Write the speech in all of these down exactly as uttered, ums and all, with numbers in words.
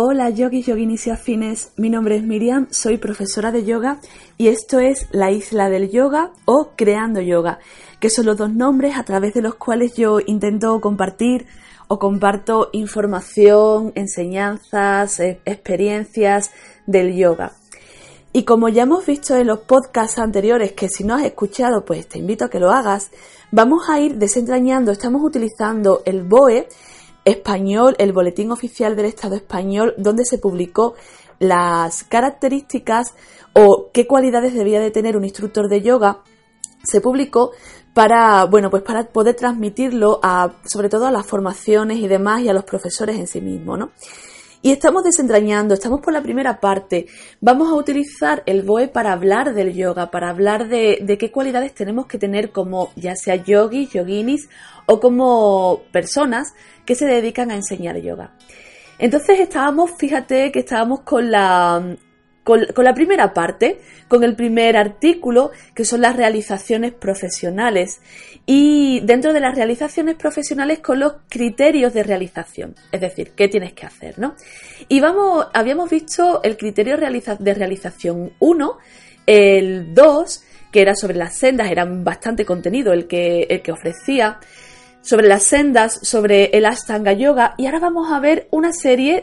Hola yogis, yoginis y afines, mi nombre es Miriam, soy profesora de yoga y esto es La Isla del Yoga o Creando Yoga, que son los dos nombres a través de los cuales yo intento compartir o comparto información, enseñanzas, eh, experiencias del yoga. Y como ya hemos visto en los podcasts anteriores, que si no has escuchado pues te invito a que lo hagas, vamos a ir desentrañando, estamos utilizando el B O E español, el Boletín Oficial del Estado Español, donde se publicó las características o qué cualidades debía de tener un instructor de yoga. Se publicó para, bueno, pues para poder transmitirlo a, sobre todo a las formaciones y demás y a los profesores en sí mismos, ¿no? Y estamos desentrañando, estamos por la primera parte. Vamos a utilizar el B O E para hablar del yoga, para hablar de, de qué cualidades tenemos que tener como ya sea yogis, yoginis o como personas que se dedican a enseñar yoga. Entonces estábamos, fíjate que estábamos con la, con, con la primera parte, con el primer artículo, que son las realizaciones profesionales. Y dentro de las realizaciones profesionales con los criterios de realización, es decir, qué tienes que hacer, ¿no? Y vamos, habíamos visto el criterio realiza- de realización uno, el dos, que era sobre las sendas, era bastante contenido el que, el que ofrecía, sobre las sendas, sobre el Ashtanga Yoga, y ahora vamos a ver una serie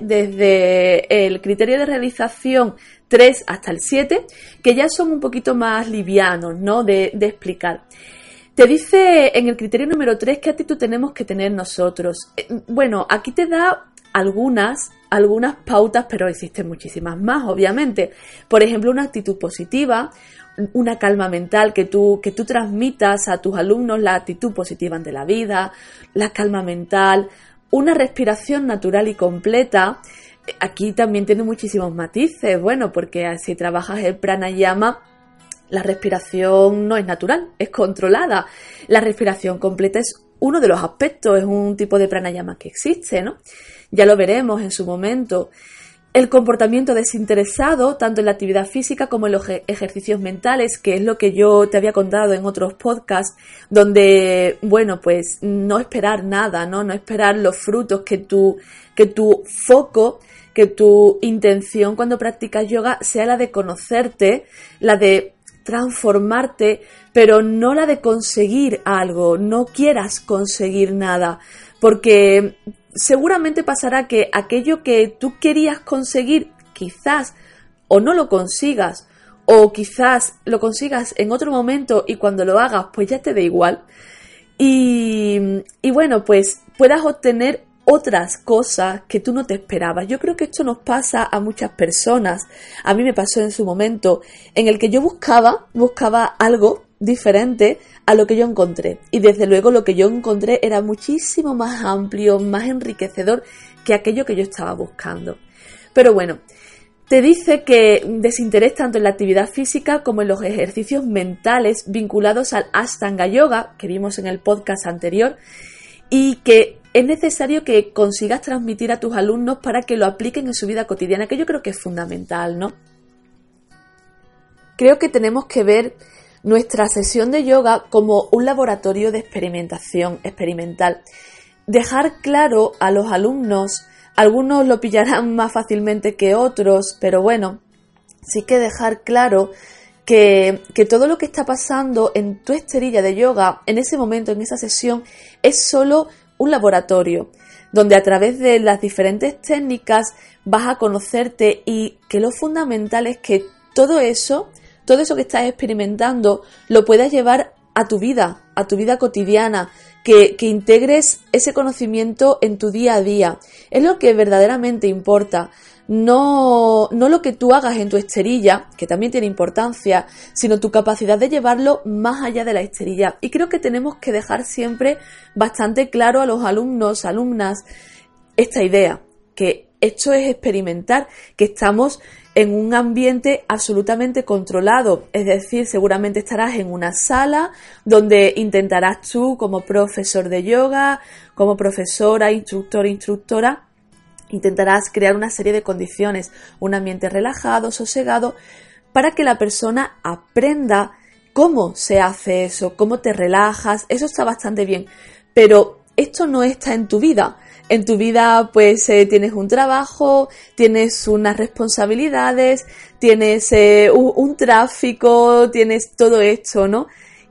desde el criterio de realización tres hasta el siete, que ya son un poquito más livianos, ¿no?, de, de explicar. Te dice en el criterio número tres qué actitud tenemos que tener nosotros. Bueno, aquí te da algunas, algunas pautas, pero existen muchísimas más, obviamente. Por ejemplo, una actitud positiva, una calma mental, que tú, que tú transmitas a tus alumnos la actitud positiva ante la vida, la calma mental, una respiración natural y completa. Aquí también tiene muchísimos matices, bueno, porque si trabajas el pranayama, la respiración no es natural, es controlada. La respiración completa es uno de los aspectos, es un tipo de pranayama que existe, ¿no? Ya lo veremos en su momento. El comportamiento desinteresado, tanto en la actividad física como en los ejercicios mentales, que es lo que yo te había contado en otros podcasts, donde, bueno, pues no esperar nada, ¿no? No esperar los frutos que tu, que tu foco, que tu intención cuando practicas yoga sea la de conocerte, la de transformarte, pero no la de conseguir algo, no quieras conseguir nada, porque seguramente pasará que aquello que tú querías conseguir quizás o no lo consigas, o quizás lo consigas en otro momento y cuando lo hagas pues ya te da igual, y, y bueno, pues puedas obtener otras cosas que tú no te esperabas. Yo creo que esto nos pasa a muchas personas. A mí me pasó en su momento en el que yo buscaba, buscaba algo diferente a lo que yo encontré. Y desde luego lo que yo encontré era muchísimo más amplio, más enriquecedor que aquello que yo estaba buscando. Pero bueno, te dice que desinterés tanto en la actividad física como en los ejercicios mentales vinculados al Ashtanga Yoga, que vimos en el podcast anterior, y que es necesario que consigas transmitir a tus alumnos para que lo apliquen en su vida cotidiana, que yo creo que es fundamental, ¿no? Creo que tenemos que ver nuestra sesión de yoga como un laboratorio de experimentación experimental. Dejar claro a los alumnos, algunos lo pillarán más fácilmente que otros, pero bueno, sí que dejar claro que, que todo lo que está pasando en tu esterilla de yoga, en ese momento, en esa sesión, es solo un laboratorio, donde a través de las diferentes técnicas vas a conocerte, y que lo fundamental es que todo eso, todo eso que estás experimentando lo puedas llevar a tu vida, a tu vida cotidiana, que, que integres ese conocimiento en tu día a día. Es lo que verdaderamente importa. No, no lo que tú hagas en tu esterilla, que también tiene importancia, sino tu capacidad de llevarlo más allá de la esterilla. Y creo que tenemos que dejar siempre bastante claro a los alumnos, alumnas, esta idea, que esto es experimentar, que estamos en un ambiente absolutamente controlado, es decir, seguramente estarás en una sala donde intentarás tú, como profesor de yoga, como profesora, instructor, instructora, intentarás crear una serie de condiciones, un ambiente relajado, sosegado, para que la persona aprenda cómo se hace eso, cómo te relajas. Eso está bastante bien, pero esto no está en tu vida. En tu vida pues eh, tienes un trabajo, tienes unas responsabilidades, tienes eh, un, un tráfico, tienes todo esto, ¿no?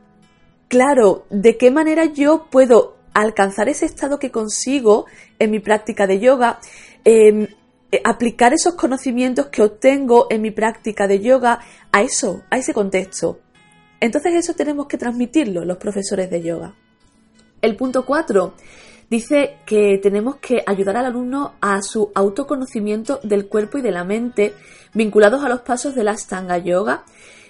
Claro, ¿de qué manera yo puedo alcanzar ese estado que consigo en mi práctica de yoga? Eh, aplicar esos conocimientos que obtengo en mi práctica de yoga a eso, a ese contexto. Entonces eso tenemos que transmitirlo los profesores de yoga. El punto cuatro dice que tenemos que ayudar al alumno a su autoconocimiento del cuerpo y de la mente vinculados a los pasos del Ashtanga Yoga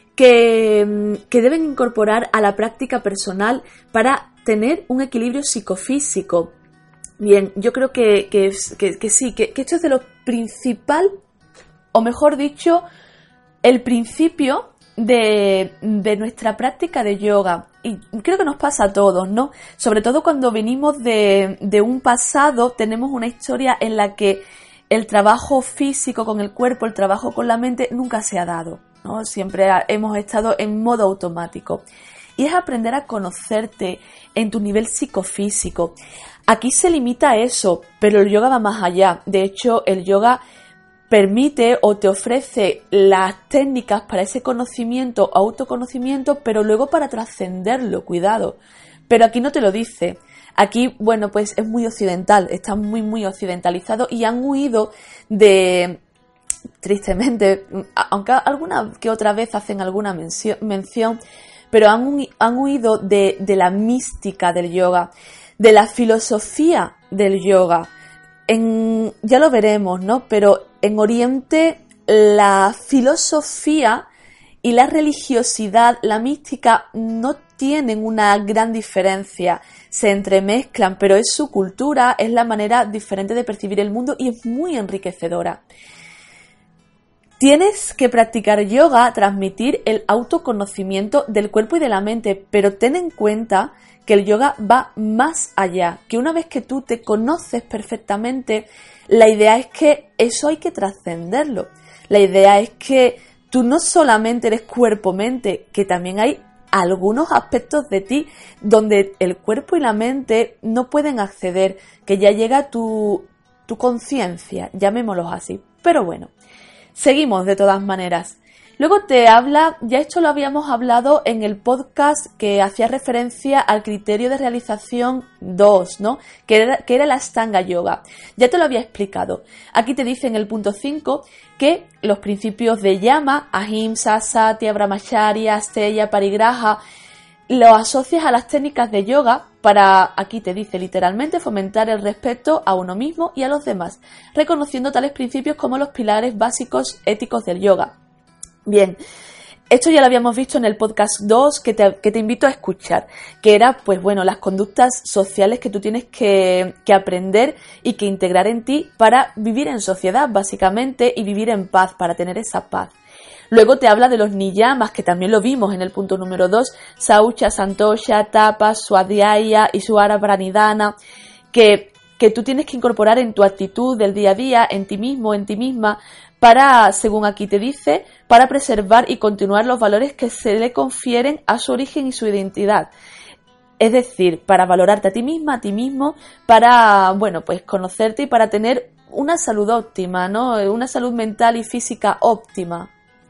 que, que deben incorporar a la práctica personal para tener un equilibrio psicofísico. Bien, yo creo que, que, que, que sí, que, que esto es de lo principal, o mejor dicho, el principio de, de nuestra práctica de yoga. Y creo que nos pasa a todos, ¿no? Sobre todo cuando venimos de, de un pasado, tenemos una historia en la que el trabajo físico con el cuerpo, el trabajo con la mente, nunca se ha dado, ¿no? Siempre hemos estado en modo automático. Y es aprender a conocerte en tu nivel psicofísico. Aquí se limita a eso, pero el yoga va más allá. De hecho, el yoga permite o te ofrece las técnicas para ese conocimiento, autoconocimiento, pero luego para trascenderlo, cuidado. Pero aquí no te lo dice. Aquí, bueno, pues es muy occidental, está muy, muy occidentalizado y han huido de, tristemente, aunque alguna que otra vez hacen alguna mención, mención pero han, han huido de, de la mística del yoga, de la filosofía del yoga. En, ya lo veremos, ¿no? Pero en Oriente la filosofía y la religiosidad, la mística, no tienen una gran diferencia, se entremezclan, pero es su cultura, es la manera diferente de percibir el mundo y es muy enriquecedora. Tienes que practicar yoga, transmitir el autoconocimiento del cuerpo y de la mente, pero ten en cuenta que el yoga va más allá, que una vez que tú te conoces perfectamente, la idea es que eso hay que trascenderlo. La idea es que tú no solamente eres cuerpo-mente, que también hay algunos aspectos de ti donde el cuerpo y la mente no pueden acceder, que ya llega tu, tu conciencia, llamémoslos así. Pero bueno, seguimos de todas maneras. Luego te habla, ya esto lo habíamos hablado en el podcast que hacía referencia al criterio de realización dos, ¿no? Que era, que era el Ashtanga Yoga. Ya te lo había explicado. Aquí te dice en el punto cinco que los principios de Yama, Ahimsa, Satya, Brahmacharya, Asteya, Parigraha, los asocias a las técnicas de yoga para, aquí te dice literalmente, fomentar el respeto a uno mismo y a los demás, reconociendo tales principios como los pilares básicos éticos del yoga. Bien, esto ya lo habíamos visto en el podcast dos que te, que te invito a escuchar, que era, pues bueno, las conductas sociales que tú tienes que, que aprender y que integrar en ti para vivir en sociedad, básicamente, y vivir en paz, para tener esa paz. Luego te habla de los niyamas, que también lo vimos en el punto número dos, Saucha, Santosha, Tapa, Swadhyaya y Suara Pranidhana, que, que tú tienes que incorporar en tu actitud del día a día, en ti mismo, en ti misma, para, según aquí te dice, para preservar y continuar los valores que se le confieren a su origen y su identidad. Es decir, para valorarte a ti misma, a ti mismo, para, bueno, pues conocerte y para tener una salud óptima, ¿no? Una salud mental y física óptima.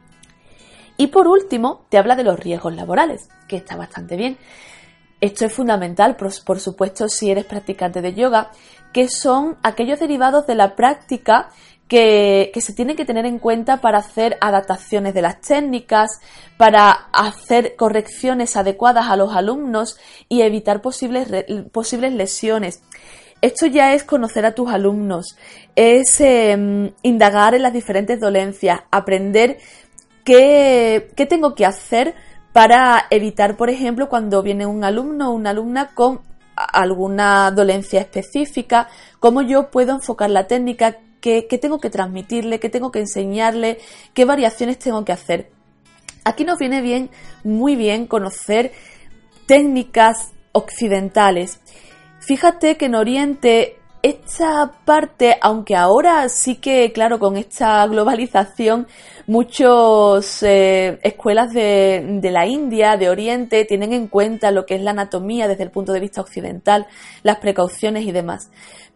Y por último, te habla de los riesgos laborales, que está bastante bien. Esto es fundamental, por, por supuesto, si eres practicante de yoga, que son aquellos derivados de la práctica que, que se tienen que tener en cuenta para hacer adaptaciones de las técnicas, para hacer correcciones adecuadas a los alumnos y evitar posibles, posibles lesiones. Esto ya es conocer a tus alumnos, es eh, indagar en las diferentes dolencias, aprender qué, qué tengo que hacer para evitar, por ejemplo, cuando viene un alumno o una alumna con alguna dolencia específica, cómo yo puedo enfocar la técnica, qué, qué tengo que transmitirle, qué tengo que enseñarle, qué variaciones tengo que hacer. Aquí nos viene bien, muy bien, conocer técnicas occidentales. Fíjate que en Oriente esta parte, aunque ahora sí que, claro, con esta globalización, muchas eh, escuelas de, de la India, de Oriente, tienen en cuenta lo que es la anatomía desde el punto de vista occidental, las precauciones y demás.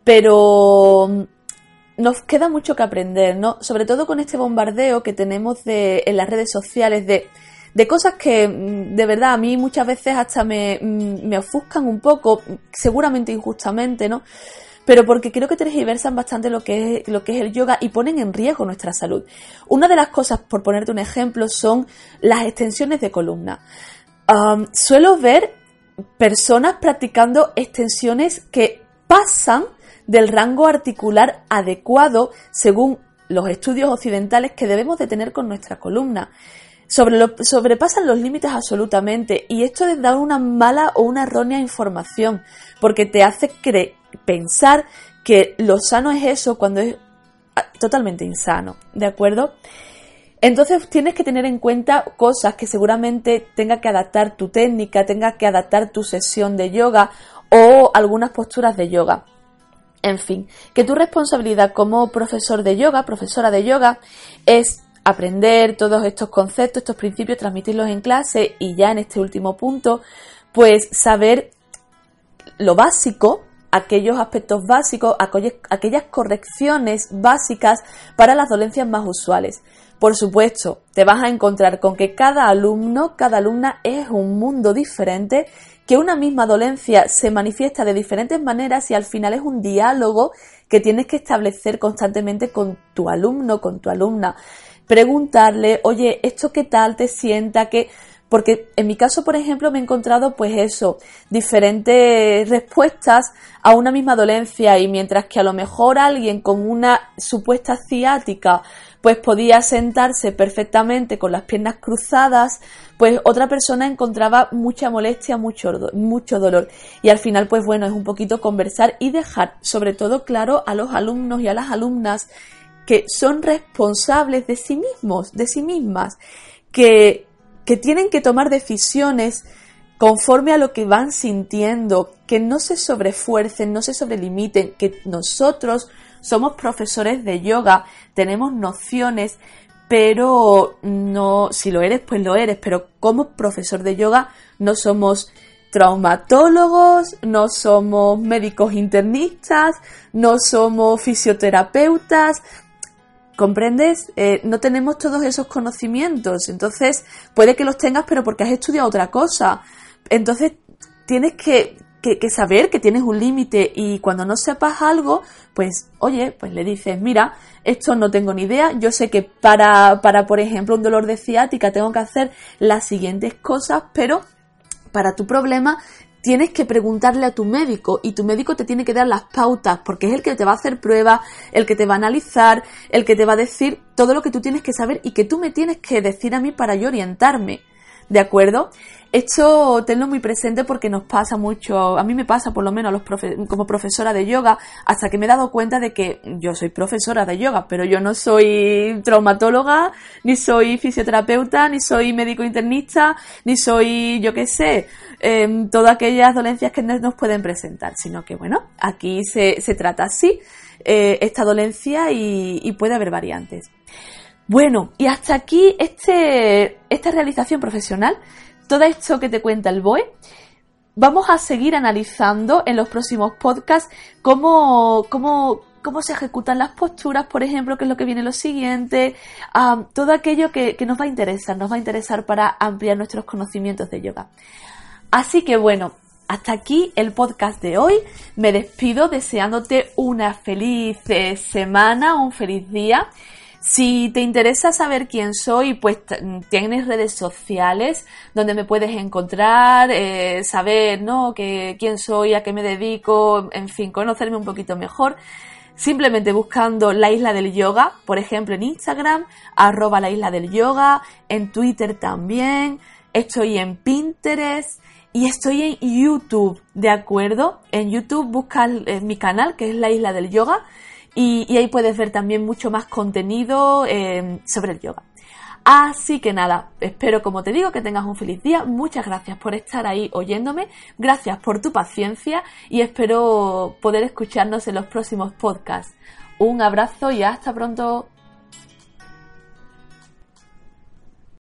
Pero nos queda mucho que aprender, ¿no? Sobre todo con este bombardeo que tenemos de, en las redes sociales de, de cosas que de verdad a mí muchas veces hasta me, me ofuscan un poco, seguramente injustamente, ¿no? Pero porque creo que tergiversan bastante lo que es, lo que es el yoga y ponen en riesgo nuestra salud. Una de las cosas, por ponerte un ejemplo, son las extensiones de columna. Um, suelo ver personas practicando extensiones que pasan del rango articular adecuado según los estudios occidentales que debemos de tener con nuestra columna. Sobre lo, sobrepasan los límites absolutamente, y esto es dar una mala o una errónea información, porque te hace cre- pensar que lo sano es eso cuando es totalmente insano, ¿de acuerdo? Entonces tienes que tener en cuenta cosas que seguramente tenga que adaptar tu técnica, tenga que adaptar tu sesión de yoga o algunas posturas de yoga. En fin, que tu responsabilidad como profesor de yoga, profesora de yoga, es aprender todos estos conceptos, estos principios, transmitirlos en clase y ya en este último punto, pues saber lo básico, aquellos aspectos básicos, aquellas correcciones básicas para las dolencias más usuales. Por supuesto, te vas a encontrar con que cada alumno, cada alumna es un mundo diferente, que una misma dolencia se manifiesta de diferentes maneras y al final es un diálogo que tienes que establecer constantemente con tu alumno, con tu alumna. Preguntarle, oye, ¿esto qué tal te sienta? ¿Qué? Porque en mi caso, por ejemplo, me he encontrado pues eso, diferentes respuestas a una misma dolencia, y mientras que a lo mejor alguien con una supuesta ciática pues podía sentarse perfectamente con las piernas cruzadas, pues otra persona encontraba mucha molestia, mucho, mucho dolor. Y al final pues bueno, es un poquito conversar y dejar sobre todo claro a los alumnos y a las alumnas que son responsables de sí mismos, de sí mismas, que que tienen que tomar decisiones conforme a lo que van sintiendo, que no se sobreesfuercen, no se sobrelimiten, que nosotros somos profesores de yoga, tenemos nociones, pero no, si lo eres, pues lo eres, pero como profesor de yoga no somos traumatólogos, no somos médicos internistas, no somos fisioterapeutas. ¿Comprendes? Eh, no tenemos todos esos conocimientos, entonces puede que los tengas pero porque has estudiado otra cosa. Entonces tienes que, que, que saber que tienes un límite, y cuando no sepas algo, pues oye, pues le dices, mira, esto no tengo ni idea, yo sé que para, para por ejemplo, un dolor de ciática tengo que hacer las siguientes cosas, pero para tu problema tienes que preguntarle a tu médico, y tu médico te tiene que dar las pautas, porque es el que te va a hacer pruebas, el que te va a analizar, el que te va a decir todo lo que tú tienes que saber y que tú me tienes que decir a mí para yo orientarme, ¿de acuerdo? Esto tenlo muy presente porque nos pasa mucho, a mí me pasa por lo menos a los profe- como profesora de yoga, hasta que me he dado cuenta de que yo soy profesora de yoga, pero yo no soy traumatóloga, ni soy fisioterapeuta, ni soy médico internista, ni soy, yo qué sé, eh, todas aquellas dolencias que nos pueden presentar, sino que bueno, aquí se, se trata así, eh, esta dolencia y, y puede haber variantes. Bueno, y hasta aquí este, esta realización profesional. Todo esto que te cuenta el B O E, vamos a seguir analizando en los próximos podcasts cómo, cómo, cómo se ejecutan las posturas, por ejemplo, que es lo que viene lo siguiente, um, todo aquello que, que nos va a interesar, nos va a interesar para ampliar nuestros conocimientos de yoga. Así que bueno, hasta aquí el podcast de hoy. Me despido deseándote una feliz eh, semana, un feliz día. Si te interesa saber quién soy, pues tienes redes sociales donde me puedes encontrar, eh, saber, ¿no?, que, quién soy, a qué me dedico, en fin, conocerme un poquito mejor. Simplemente buscando La Isla del Yoga, por ejemplo en Instagram, arroba La Isla del Yoga, en Twitter también, estoy en Pinterest y estoy en YouTube, ¿de acuerdo? En YouTube buscas eh, mi canal, que es La Isla del Yoga. Y, y ahí puedes ver también mucho más contenido eh, sobre el yoga. Así que nada, espero, como te digo, que tengas un feliz día. Muchas gracias por estar ahí oyéndome, gracias por tu paciencia y espero poder escucharnos en los próximos podcasts. Un abrazo y hasta pronto.